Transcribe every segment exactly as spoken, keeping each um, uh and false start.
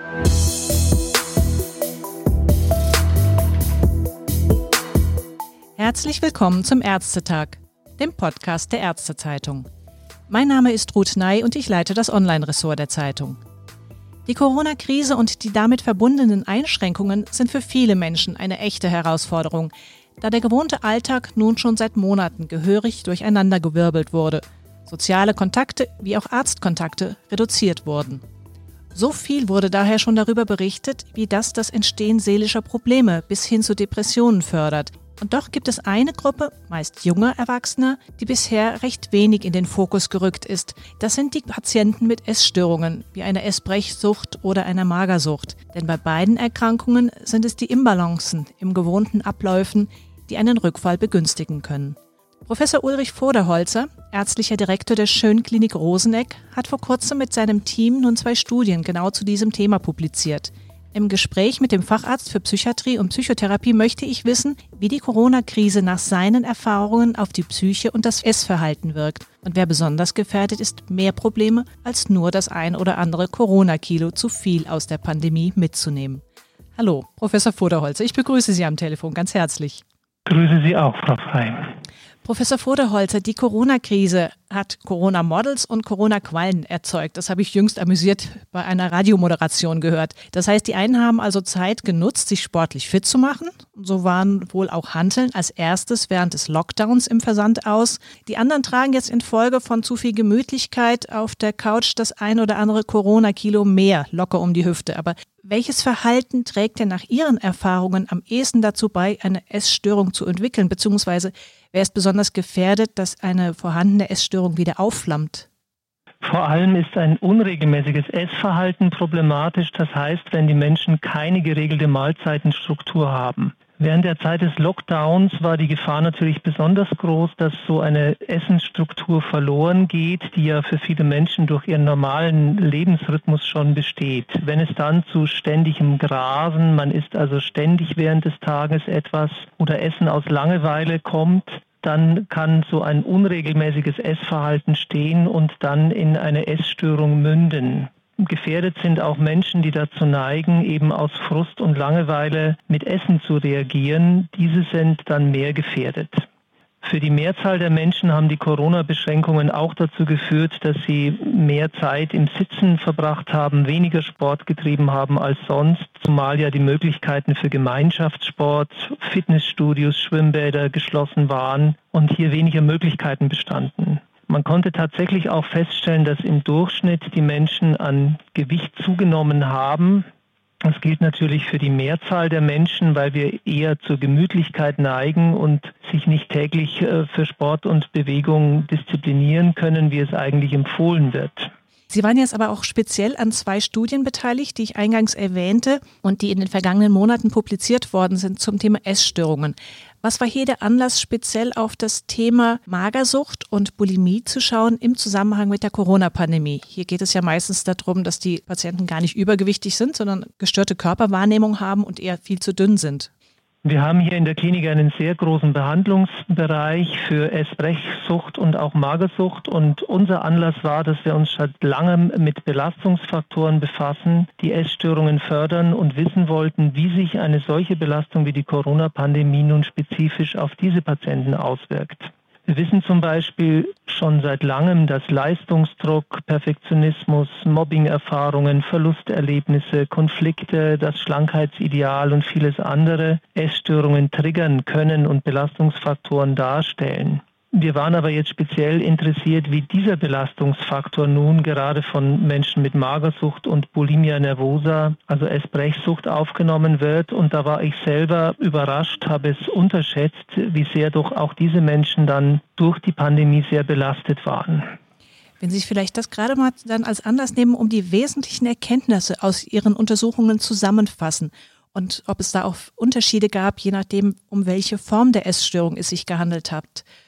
Herzlich willkommen zum Ärztetag, dem Podcast der Ärztezeitung. Mein Name ist Ruth Ney und ich leite das Online-Ressort der Zeitung. Die Corona-Krise und die damit verbundenen Einschränkungen sind für viele Menschen eine echte Herausforderung, da der gewohnte Alltag nun schon seit Monaten gehörig durcheinandergewirbelt wurde, soziale Kontakte wie auch Arztkontakte reduziert wurden. So viel wurde daher schon darüber berichtet, wie das das Entstehen seelischer Probleme bis hin zu Depressionen fördert. Und doch gibt es eine Gruppe, meist junger Erwachsener, die bisher recht wenig in den Fokus gerückt ist. Das sind die Patienten mit Essstörungen, wie einer Essbrechsucht oder einer Magersucht. Denn bei beiden Erkrankungen sind es die Imbalancen im gewohnten Abläufen, die einen Rückfall begünstigen können. Professor Ulrich Voderholzer, ärztlicher Direktor der Schönklinik Rosenegg, hat vor kurzem mit seinem Team nun zwei Studien genau zu diesem Thema publiziert. Im Gespräch mit dem Facharzt für Psychiatrie und Psychotherapie möchte ich wissen, wie die Corona-Krise nach seinen Erfahrungen auf die Psyche und das Essverhalten wirkt und wer besonders gefährdet ist, mehr Probleme als nur das ein oder andere Corona-Kilo zu viel aus der Pandemie mitzunehmen. Hallo, Professor Voderholzer, ich begrüße Sie am Telefon ganz herzlich. Grüße Sie auch, Frau Frey. Professor Voderholzer, die Corona-Krise hat Corona-Models und Corona-Quallen erzeugt. Das habe ich jüngst amüsiert bei einer Radiomoderation gehört. Das heißt, die einen haben also Zeit genutzt, sich sportlich fit zu machen. So waren wohl auch Hanteln als erstes während des Lockdowns im Versand aus. Die anderen tragen jetzt infolge von zu viel Gemütlichkeit auf der Couch das ein oder andere Corona-Kilo mehr locker um die Hüfte. Aber welches Verhalten trägt denn nach Ihren Erfahrungen am ehesten dazu bei, eine Essstörung zu entwickeln, beziehungsweise wer ist besonders gefährdet, dass eine vorhandene Essstörung wieder aufflammt? Vor allem ist ein unregelmäßiges Essverhalten problematisch. Das heißt, wenn die Menschen keine geregelte Mahlzeitenstruktur haben. Während der Zeit des Lockdowns war die Gefahr natürlich besonders groß, dass so eine Essensstruktur verloren geht, die ja für viele Menschen durch ihren normalen Lebensrhythmus schon besteht. Wenn es dann zu ständigem Grasen, man isst also ständig während des Tages etwas oder Essen aus Langeweile kommt, dann kann so ein unregelmäßiges Essverhalten stehen und dann in eine Essstörung münden. Gefährdet sind auch Menschen, die dazu neigen, eben aus Frust und Langeweile mit Essen zu reagieren. Diese sind dann mehr gefährdet. Für die Mehrzahl der Menschen haben die Corona-Beschränkungen auch dazu geführt, dass sie mehr Zeit im Sitzen verbracht haben, weniger Sport getrieben haben als sonst, zumal ja die Möglichkeiten für Gemeinschaftssport, Fitnessstudios, Schwimmbäder geschlossen waren und hier weniger Möglichkeiten bestanden. Man konnte tatsächlich auch feststellen, dass im Durchschnitt die Menschen an Gewicht zugenommen haben. Das gilt natürlich für die Mehrzahl der Menschen, weil wir eher zur Gemütlichkeit neigen und sich nicht täglich für Sport und Bewegung disziplinieren können, wie es eigentlich empfohlen wird. Sie waren jetzt aber auch speziell an zwei Studien beteiligt, die ich eingangs erwähnte und die in den vergangenen Monaten publiziert worden sind zum Thema Essstörungen. Was war hier der Anlass, speziell auf das Thema Magersucht und Bulimie zu schauen im Zusammenhang mit der Corona-Pandemie? Hier geht es ja meistens darum, dass die Patienten gar nicht übergewichtig sind, sondern gestörte Körperwahrnehmung haben und eher viel zu dünn sind. Wir haben hier in der Klinik einen sehr großen Behandlungsbereich für Essbrechsucht und auch Magersucht. Und unser Anlass war, dass wir uns seit langem mit Belastungsfaktoren befassen, die Essstörungen fördern und wissen wollten, wie sich eine solche Belastung wie die Corona-Pandemie nun spezifisch auf diese Patienten auswirkt. Wir wissen zum Beispiel schon seit langem, dass Leistungsdruck, Perfektionismus, Mobbing-Erfahrungen, Verlusterlebnisse, Konflikte, das Schlankheitsideal und vieles andere Essstörungen triggern können und Belastungsfaktoren darstellen. Wir waren aber jetzt speziell interessiert, wie dieser Belastungsfaktor nun gerade von Menschen mit Magersucht und Bulimia nervosa, also Essbrechsucht, aufgenommen wird. Und da war ich selber überrascht, habe es unterschätzt, wie sehr doch auch diese Menschen dann durch die Pandemie sehr belastet waren. Wenn Sie vielleicht das gerade mal dann als Anlass nehmen, um die wesentlichen Erkenntnisse aus Ihren Untersuchungen zusammenfassen und ob es da auch Unterschiede gab, je nachdem, um welche Form der Essstörung es sich gehandelt hat.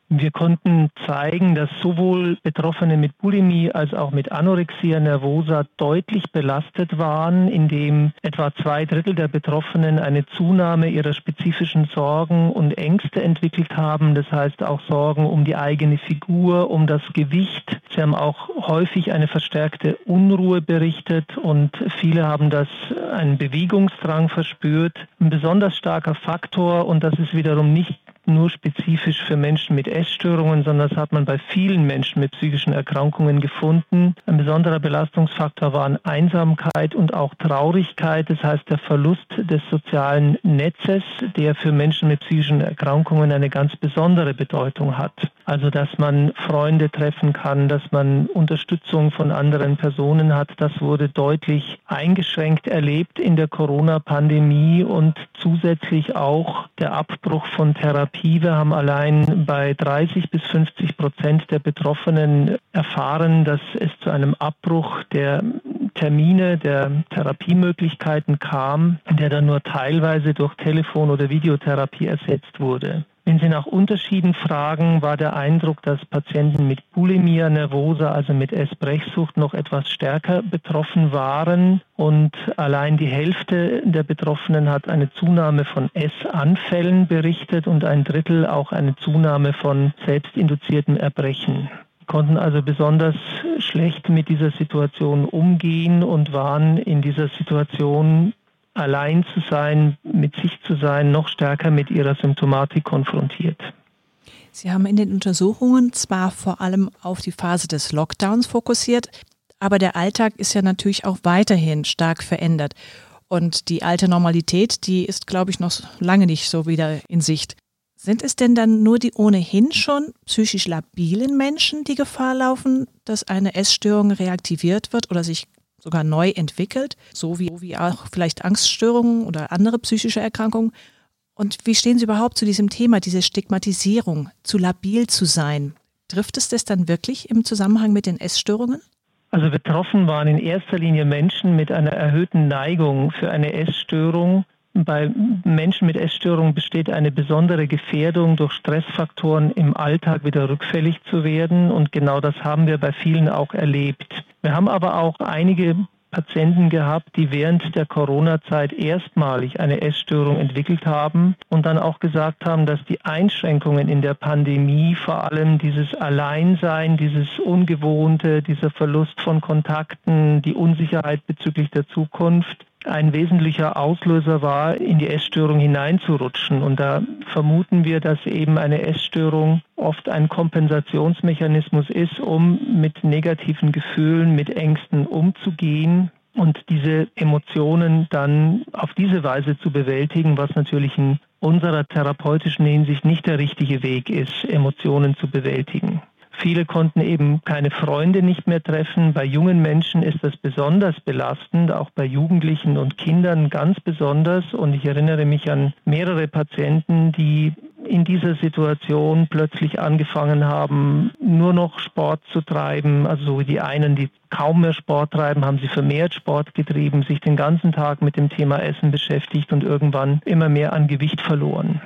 Wir konnten zeigen, dass sowohl Betroffene mit Bulimie als auch mit Anorexia nervosa deutlich belastet waren, indem etwa zwei Drittel der Betroffenen eine Zunahme ihrer spezifischen Sorgen und Ängste entwickelt haben. Das heißt auch Sorgen um die eigene Figur, um das Gewicht. Sie haben auch häufig eine verstärkte Unruhe berichtet und viele haben das einen Bewegungsdrang verspürt. Ein besonders starker Faktor, und das ist wiederum nicht nur spezifisch für Menschen mit Essstörungen, sondern das hat man bei vielen Menschen mit psychischen Erkrankungen gefunden. Ein besonderer Belastungsfaktor waren Einsamkeit und auch Traurigkeit, das heißt der Verlust des sozialen Netzes, der für Menschen mit psychischen Erkrankungen eine ganz besondere Bedeutung hat. Also dass man Freunde treffen kann, dass man Unterstützung von anderen Personen hat, das wurde deutlich eingeschränkt erlebt in der Corona-Pandemie und zusätzlich auch der Abbruch von Therapie. Wir haben allein bei dreißig bis fünfzig Prozent der Betroffenen erfahren, dass es zu einem Abbruch der Termine, der Therapiemöglichkeiten kam, der dann nur teilweise durch Telefon- oder Videotherapie ersetzt wurde. Wenn Sie nach Unterschieden fragen, war der Eindruck, dass Patienten mit Bulimia nervosa, also mit Essbrechsucht, noch etwas stärker betroffen waren. Und allein die Hälfte der Betroffenen hat eine Zunahme von Essanfällen berichtet und ein Drittel auch eine Zunahme von selbstinduziertem Erbrechen. Konnten also besonders schlecht mit dieser Situation umgehen und waren in dieser Situation, allein zu sein, mit sich zu sein, noch stärker mit ihrer Symptomatik konfrontiert. Sie haben in den Untersuchungen zwar vor allem auf die Phase des Lockdowns fokussiert, aber der Alltag ist ja natürlich auch weiterhin stark verändert. Und die alte Normalität, die ist, glaube ich, noch lange nicht so wieder in Sicht. Sind es denn dann nur die ohnehin schon psychisch labilen Menschen, die Gefahr laufen, dass eine Essstörung reaktiviert wird oder sich sogar neu entwickelt, so wie, wie auch vielleicht Angststörungen oder andere psychische Erkrankungen? Und wie stehen Sie überhaupt zu diesem Thema, diese Stigmatisierung, zu labil zu sein? Trifft es das dann wirklich im Zusammenhang mit den Essstörungen? Also betroffen waren in erster Linie Menschen mit einer erhöhten Neigung für eine Essstörung. Bei Menschen mit Essstörungen besteht eine besondere Gefährdung, durch Stressfaktoren im Alltag wieder rückfällig zu werden. Und genau das haben wir bei vielen auch erlebt. Wir haben aber auch einige Patienten gehabt, die während der Corona-Zeit erstmalig eine Essstörung entwickelt haben und dann auch gesagt haben, dass die Einschränkungen in der Pandemie, vor allem dieses Alleinsein, dieses Ungewohnte, dieser Verlust von Kontakten, die Unsicherheit bezüglich der Zukunft, ein wesentlicher Auslöser war, in die Essstörung hineinzurutschen. Und da vermuten wir, dass eben eine Essstörung oft ein Kompensationsmechanismus ist, um mit negativen Gefühlen, mit Ängsten umzugehen und diese Emotionen dann auf diese Weise zu bewältigen, was natürlich in unserer therapeutischen Hinsicht nicht der richtige Weg ist, Emotionen zu bewältigen. Viele konnten eben keine Freunde nicht mehr treffen. Bei jungen Menschen ist das besonders belastend, auch bei Jugendlichen und Kindern ganz besonders. Und ich erinnere mich an mehrere Patienten, die in dieser Situation plötzlich angefangen haben, nur noch Sport zu treiben. Also die einen, die kaum mehr Sport treiben, haben sie vermehrt Sport getrieben, sich den ganzen Tag mit dem Thema Essen beschäftigt und irgendwann immer mehr an Gewicht verloren.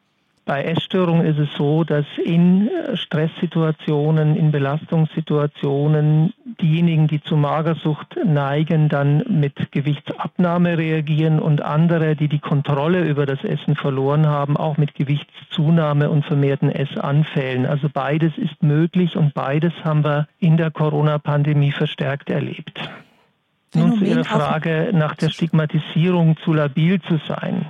Bei Essstörungen ist es so, dass in Stresssituationen, in Belastungssituationen diejenigen, die zu Magersucht neigen, dann mit Gewichtsabnahme reagieren und andere, die die Kontrolle über das Essen verloren haben, auch mit Gewichtszunahme und vermehrten Essanfällen. Also beides ist möglich und beides haben wir in der Corona-Pandemie verstärkt erlebt. Nun zu Ihrer Frage nach der Stigmatisierung, zu labil zu sein.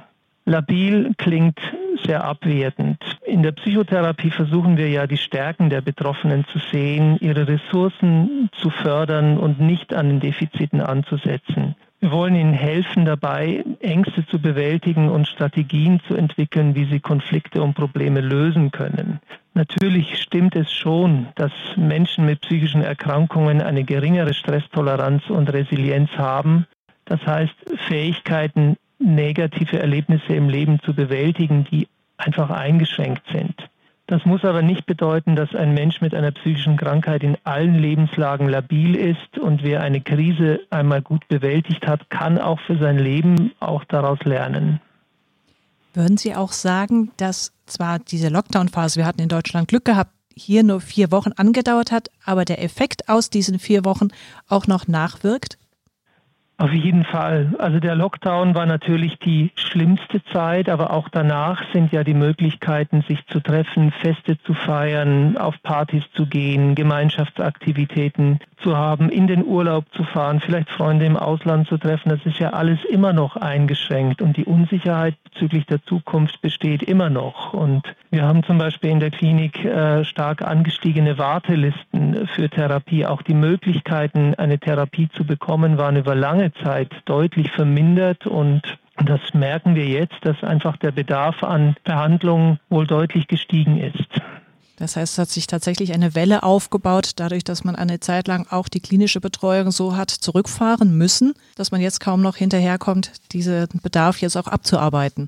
Labil klingt sehr abwertend. In der Psychotherapie versuchen wir ja, die Stärken der Betroffenen zu sehen, ihre Ressourcen zu fördern und nicht an den Defiziten anzusetzen. Wir wollen ihnen helfen dabei, Ängste zu bewältigen und Strategien zu entwickeln, wie sie Konflikte und Probleme lösen können. Natürlich stimmt es schon, dass Menschen mit psychischen Erkrankungen eine geringere Stresstoleranz und Resilienz haben. Das heißt, Fähigkeiten, negative Erlebnisse im Leben zu bewältigen, die einfach eingeschränkt sind. Das muss aber nicht bedeuten, dass ein Mensch mit einer psychischen Krankheit in allen Lebenslagen labil ist und wer eine Krise einmal gut bewältigt hat, kann auch für sein Leben auch daraus lernen. Würden Sie auch sagen, dass zwar diese Lockdown-Phase, wir hatten in Deutschland Glück gehabt, hier nur vier Wochen angedauert hat, aber der Effekt aus diesen vier Wochen auch noch nachwirkt? Auf jeden Fall. Also der Lockdown war natürlich die schlimmste Zeit, aber auch danach sind ja die Möglichkeiten, sich zu treffen, Feste zu feiern, auf Partys zu gehen, Gemeinschaftsaktivitäten zu haben, in den Urlaub zu fahren, vielleicht Freunde im Ausland zu treffen. Das ist ja alles immer noch eingeschränkt und die Unsicherheit bezüglich der Zukunft besteht immer noch. Und wir haben zum Beispiel in der Klinik äh, stark angestiegene Wartelisten für Therapie. Auch die Möglichkeiten, eine Therapie zu bekommen, waren über lange Zeit deutlich vermindert und das merken wir jetzt, dass einfach der Bedarf an Behandlung wohl deutlich gestiegen ist. Das heißt, es hat sich tatsächlich eine Welle aufgebaut, dadurch, dass man eine Zeit lang auch die klinische Betreuung so hat zurückfahren müssen, dass man jetzt kaum noch hinterherkommt, diesen Bedarf jetzt auch abzuarbeiten.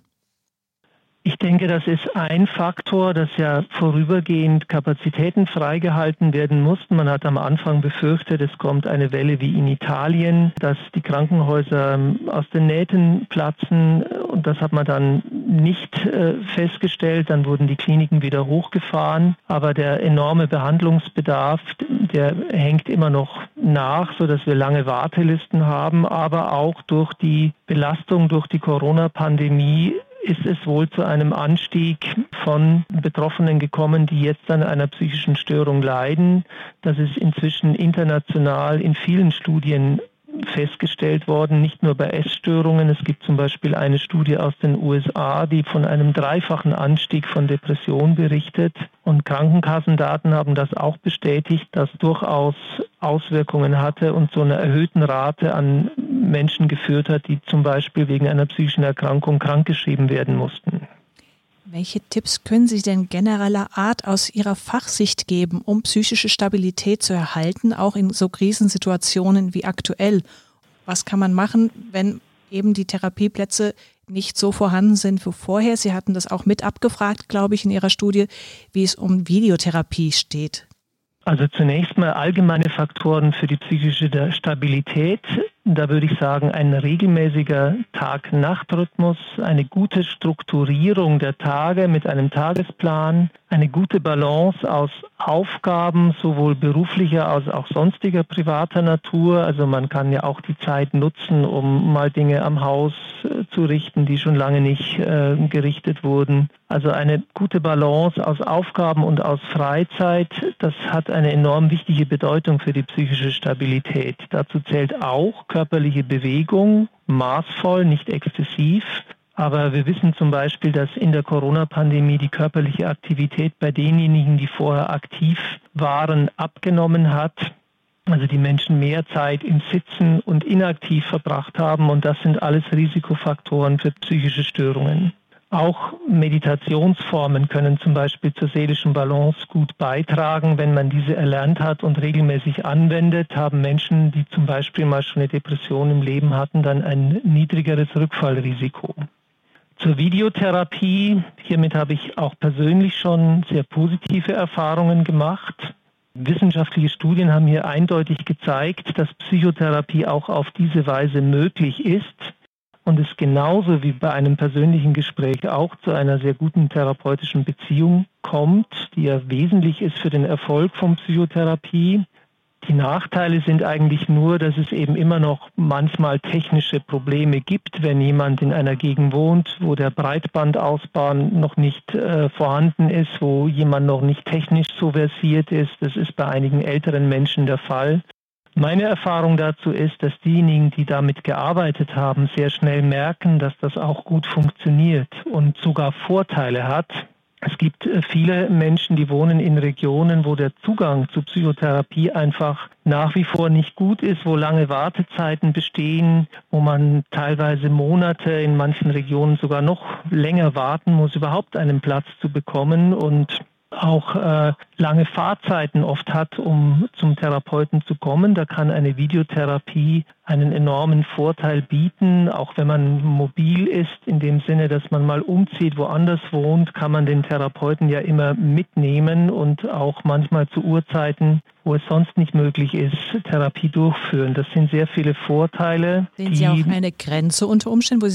Ich denke, das ist ein Faktor, dass ja vorübergehend Kapazitäten freigehalten werden mussten. Man hat am Anfang befürchtet, es kommt eine Welle wie in Italien, dass die Krankenhäuser aus den Nähten platzen. Und das hat man dann nicht äh, festgestellt. Dann wurden die Kliniken wieder hochgefahren. Aber der enorme Behandlungsbedarf, der hängt immer noch nach, sodass wir lange Wartelisten haben. Aber auch durch die Belastung durch die Corona-Pandemie ist es wohl zu einem Anstieg von Betroffenen gekommen, die jetzt an einer psychischen Störung leiden. Das ist inzwischen international in vielen Studien festgestellt worden, nicht nur bei Essstörungen. Es gibt zum Beispiel eine Studie aus den U S A, die von einem dreifachen Anstieg von Depression berichtet. Und Krankenkassendaten haben das auch bestätigt, dass durchaus Auswirkungen hatte und zu einer erhöhten Rate an Menschen geführt hat, die zum Beispiel wegen einer psychischen Erkrankung krankgeschrieben werden mussten. Welche Tipps können Sie denn genereller Art aus Ihrer Fachsicht geben, um psychische Stabilität zu erhalten, auch in so Krisensituationen wie aktuell? Was kann man machen, wenn eben die Therapieplätze nicht so vorhanden sind wie vorher? Sie hatten das auch mit abgefragt, glaube ich, in Ihrer Studie, wie es um Videotherapie steht. Also zunächst mal allgemeine Faktoren für die psychische Stabilität. Da würde ich sagen, ein regelmäßiger Tag-Nacht-Rhythmus, eine gute Strukturierung der Tage mit einem Tagesplan, eine gute Balance aus Aufgaben, sowohl beruflicher als auch sonstiger privater Natur. Also man kann ja auch die Zeit nutzen, um mal Dinge am Haus äh, zu richten, die schon lange nicht äh, gerichtet wurden. Also eine gute Balance aus Aufgaben und aus Freizeit, das hat eine enorm wichtige Bedeutung für die psychische Stabilität. Dazu zählt auch körperliche Bewegung, maßvoll, nicht exzessiv. Aber wir wissen zum Beispiel, dass in der Corona-Pandemie die körperliche Aktivität bei denjenigen, die vorher aktiv waren, abgenommen hat. Also die Menschen mehr Zeit im Sitzen und inaktiv verbracht haben. Und das sind alles Risikofaktoren für psychische Störungen. Auch Meditationsformen können zum Beispiel zur seelischen Balance gut beitragen. Wenn man diese erlernt hat und regelmäßig anwendet, haben Menschen, die zum Beispiel mal schon eine Depression im Leben hatten, dann ein niedrigeres Rückfallrisiko. Zur Videotherapie, hiermit habe ich auch persönlich schon sehr positive Erfahrungen gemacht. Wissenschaftliche Studien haben hier eindeutig gezeigt, dass Psychotherapie auch auf diese Weise möglich ist. Und es genauso wie bei einem persönlichen Gespräch auch zu einer sehr guten therapeutischen Beziehung kommt, die ja wesentlich ist für den Erfolg von Psychotherapie. Die Nachteile sind eigentlich nur, dass es eben immer noch manchmal technische Probleme gibt, wenn jemand in einer Gegend wohnt, wo der Breitbandausbau noch nicht äh, vorhanden ist, wo jemand noch nicht technisch so versiert ist. Das ist bei einigen älteren Menschen der Fall. Meine Erfahrung dazu ist, dass diejenigen, die damit gearbeitet haben, sehr schnell merken, dass das auch gut funktioniert und sogar Vorteile hat. Es gibt viele Menschen, die wohnen in Regionen, wo der Zugang zu Psychotherapie einfach nach wie vor nicht gut ist, wo lange Wartezeiten bestehen, wo man teilweise Monate, in manchen Regionen sogar noch länger warten muss, überhaupt einen Platz zu bekommen und auch äh, lange Fahrzeiten oft hat, um zum Therapeuten zu kommen. Da kann eine Videotherapie einen enormen Vorteil bieten. Auch wenn man mobil ist, in dem Sinne, dass man mal umzieht, woanders wohnt, kann man den Therapeuten ja immer mitnehmen und auch manchmal zu Uhrzeiten, wo es sonst nicht möglich ist, Therapie durchführen. Das sind sehr viele Vorteile. Sehen Sie auch eine Grenze unter Umständen, wo Sie sagen,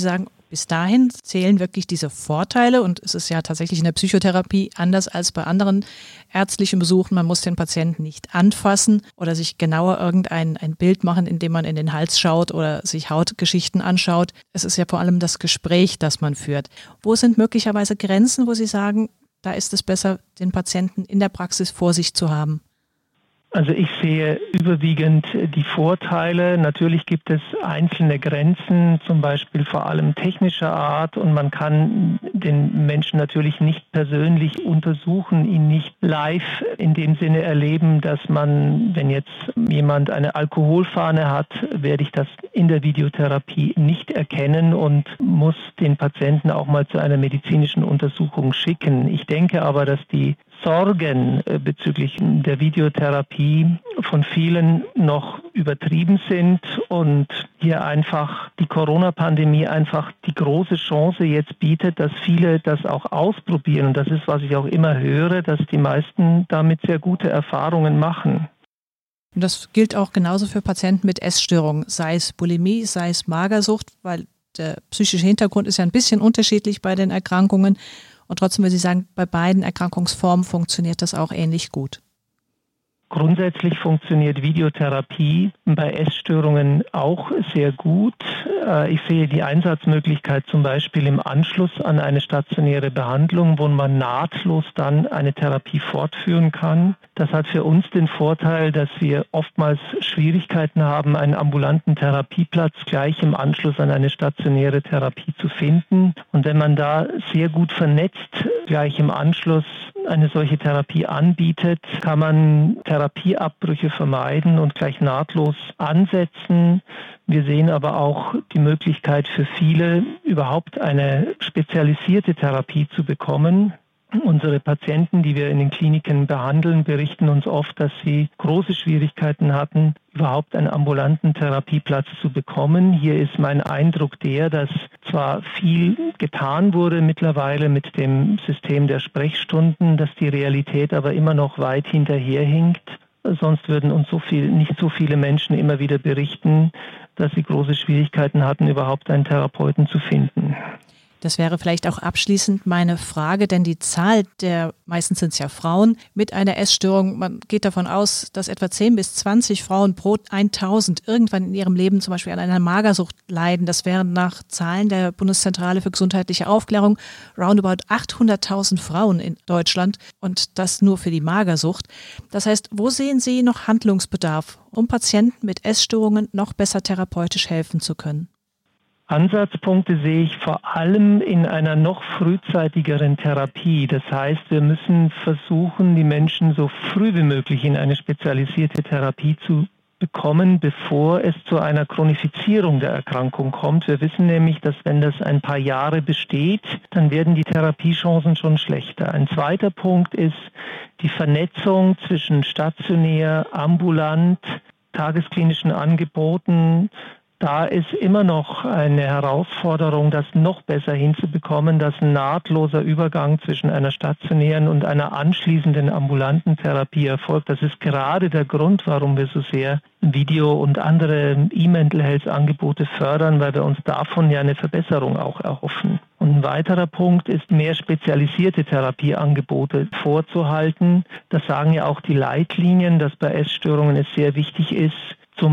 Bis dahin zählen wirklich diese Vorteile und es ist ja tatsächlich in der Psychotherapie anders als bei anderen ärztlichen Besuchen. Man muss den Patienten nicht anfassen oder sich genauer irgendein ein Bild machen, indem man in den Hals schaut oder sich Hautgeschichten anschaut. Es ist ja vor allem das Gespräch, das man führt. Wo sind möglicherweise Grenzen, wo Sie sagen, da ist es besser, den Patienten in der Praxis vor sich zu haben? Also ich sehe überwiegend die Vorteile. Natürlich gibt es einzelne Grenzen, zum Beispiel vor allem technischer Art, und man kann den Menschen natürlich nicht persönlich untersuchen, ihn nicht live in dem Sinne erleben, dass man, wenn jetzt jemand eine Alkoholfahne hat, werde ich das in der Videotherapie nicht erkennen und muss den Patienten auch mal zu einer medizinischen Untersuchung schicken. Ich denke aber, dass die Sorgen bezüglich der Videotherapie von vielen noch übertrieben sind und hier einfach die Corona-Pandemie einfach die große Chance jetzt bietet, dass viele das auch ausprobieren. Und das ist, was ich auch immer höre, dass die meisten damit sehr gute Erfahrungen machen. Und das gilt auch genauso für Patienten mit Essstörungen, sei es Bulimie, sei es Magersucht, weil der psychische Hintergrund ist ja ein bisschen unterschiedlich bei den Erkrankungen. Und trotzdem würde ich sagen, bei beiden Erkrankungsformen funktioniert das auch ähnlich gut. Grundsätzlich funktioniert Videotherapie bei Essstörungen auch sehr gut. Ich sehe die Einsatzmöglichkeit zum Beispiel im Anschluss an eine stationäre Behandlung, wo man nahtlos dann eine Therapie fortführen kann. Das hat für uns den Vorteil, dass wir oftmals Schwierigkeiten haben, einen ambulanten Therapieplatz gleich im Anschluss an eine stationäre Therapie zu finden. Und wenn man da sehr gut vernetzt gleich im Anschluss eine solche Therapie anbietet, kann man Therapieabbrüche vermeiden und gleich nahtlos ansetzen. Wir sehen aber auch die Möglichkeit für viele, überhaupt eine spezialisierte Therapie zu bekommen. Unsere Patienten, die wir in den Kliniken behandeln, berichten uns oft, dass sie große Schwierigkeiten hatten, überhaupt einen ambulanten Therapieplatz zu bekommen. Hier ist mein Eindruck der, dass zwar viel getan wurde mittlerweile mit dem System der Sprechstunden, dass die Realität aber immer noch weit hinterherhinkt. Sonst würden uns so viel, nicht so viele Menschen immer wieder berichten, dass sie große Schwierigkeiten hatten, überhaupt einen Therapeuten zu finden. Das wäre vielleicht auch abschließend meine Frage, denn die Zahl der, meistens sind es ja Frauen, mit einer Essstörung, man geht davon aus, dass etwa zehn bis zwanzig Frauen pro tausend irgendwann in ihrem Leben zum Beispiel an einer Magersucht leiden. Das wären nach Zahlen der Bundeszentrale für gesundheitliche Aufklärung roundabout achthunderttausend Frauen in Deutschland und das nur für die Magersucht. Das heißt, wo sehen Sie noch Handlungsbedarf, um Patienten mit Essstörungen noch besser therapeutisch helfen zu können? Ansatzpunkte sehe ich vor allem in einer noch frühzeitigeren Therapie. Das heißt, wir müssen versuchen, die Menschen so früh wie möglich in eine spezialisierte Therapie zu bekommen, bevor es zu einer Chronifizierung der Erkrankung kommt. Wir wissen nämlich, dass wenn das ein paar Jahre besteht, dann werden die Therapiechancen schon schlechter. Ein zweiter Punkt ist die Vernetzung zwischen stationär, ambulant, tagesklinischen Angeboten. Da ist immer noch eine Herausforderung, das noch besser hinzubekommen, dass ein nahtloser Übergang zwischen einer stationären und einer anschließenden ambulanten Therapie erfolgt. Das ist gerade der Grund, warum wir so sehr Video- und andere E-Mental Health-Angebote fördern, weil wir uns davon ja eine Verbesserung auch erhoffen. Und ein weiterer Punkt ist, mehr spezialisierte Therapieangebote vorzuhalten. Das sagen ja auch die Leitlinien, dass bei Essstörungen es sehr wichtig ist, zum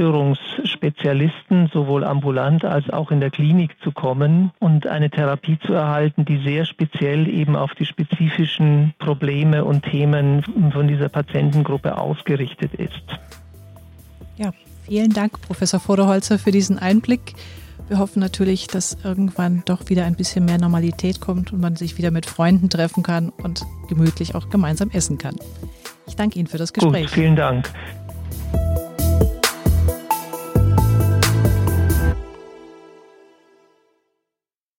Essstörungsspezialisten sowohl ambulant als auch in der Klinik zu kommen und eine Therapie zu erhalten, die sehr speziell eben auf die spezifischen Probleme und Themen von dieser Patientengruppe ausgerichtet ist. Ja, vielen Dank, Professor Voderholzer, für diesen Einblick. Wir hoffen natürlich, dass irgendwann doch wieder ein bisschen mehr Normalität kommt und man sich wieder mit Freunden treffen kann und gemütlich auch gemeinsam essen kann. Ich danke Ihnen für das Gespräch. Gut, vielen Dank.